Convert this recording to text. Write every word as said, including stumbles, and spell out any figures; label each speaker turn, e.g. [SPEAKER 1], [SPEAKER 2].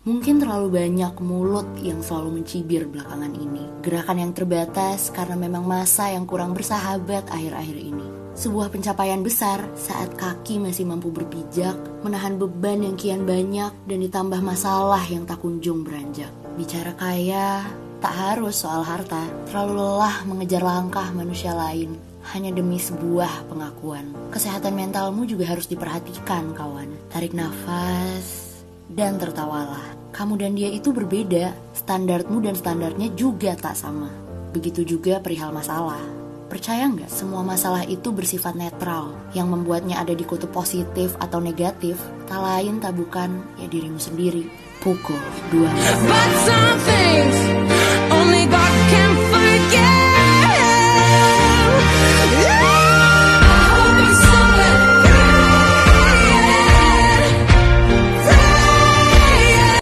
[SPEAKER 1] Mungkin terlalu banyak mulut yang selalu mencibir belakangan ini. Gerakan yang terbatas karena memang masa yang kurang bersahabat akhir-akhir ini. Sebuah pencapaian besar saat kaki masih mampu berpijak, menahan beban yang kian banyak, dan ditambah masalah yang tak kunjung beranjak. Bicara kaya, tak harus soal harta. Terlalu lelah mengejar langkah manusia lain hanya demi sebuah pengakuan. Kesehatan mentalmu juga harus diperhatikan, kawan. Tarik nafas dan tertawalah. Kamu dan dia itu berbeda. Standarmu dan standarnya juga tak sama. Begitu juga perihal masalah. Percaya nggak semua masalah itu bersifat netral. Yang membuatnya ada di kutub positif atau negatif, tak lain tak bukan ya dirimu sendiri. Pukul dua malam. But some things only God can forget.